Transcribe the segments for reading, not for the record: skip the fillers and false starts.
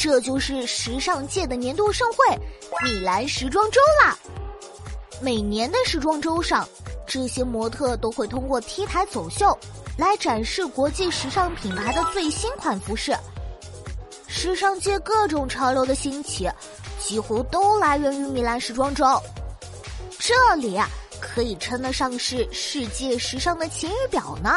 这就是时尚界的年度盛会——米兰时装周啦！每年的时装周上，这些模特都会通过 T 台走秀来展示国际时尚品牌的最新款服饰。时尚界各种潮流的兴起，几乎都来源于米兰时装周。这里可以称得上是世界时尚的晴雨表呢。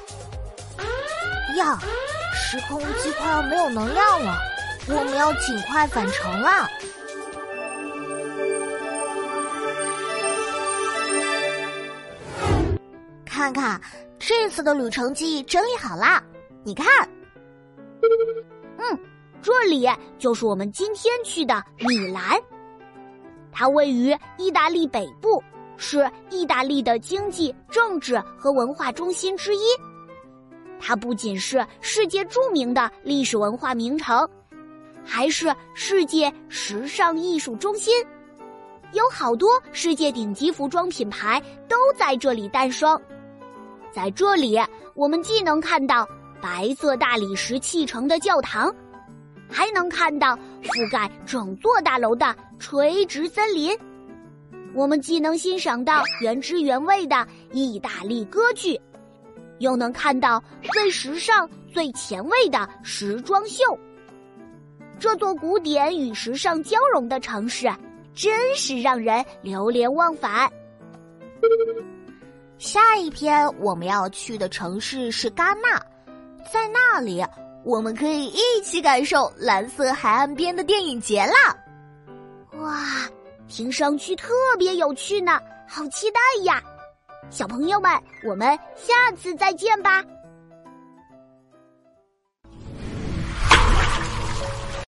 呀，时空机快要没有能量了，我们要尽快返程了。看看这次的旅程记整理好啦，你看。 这里就是我们今天去的米兰，它位于意大利北部，是意大利的经济、政治和文化中心之一。它不仅是世界著名的历史文化名城，还是世界时尚艺术中心，有好多世界顶级服装品牌都在这里诞生。在这里，我们既能看到白色大理石砌成的教堂，还能看到覆盖整座大楼的垂直森林。我们既能欣赏到原汁原味的意大利歌剧，又能看到最时尚、最前卫的时装秀。这座古典与时尚交融的城市，真是让人流连忘返。 下一篇我们要去的城市是戛纳，在那里我们可以一起感受蓝色海岸边的电影节啦！ 哇，听上去特别有趣呢，好期待呀！小朋友们，我们下次再见吧。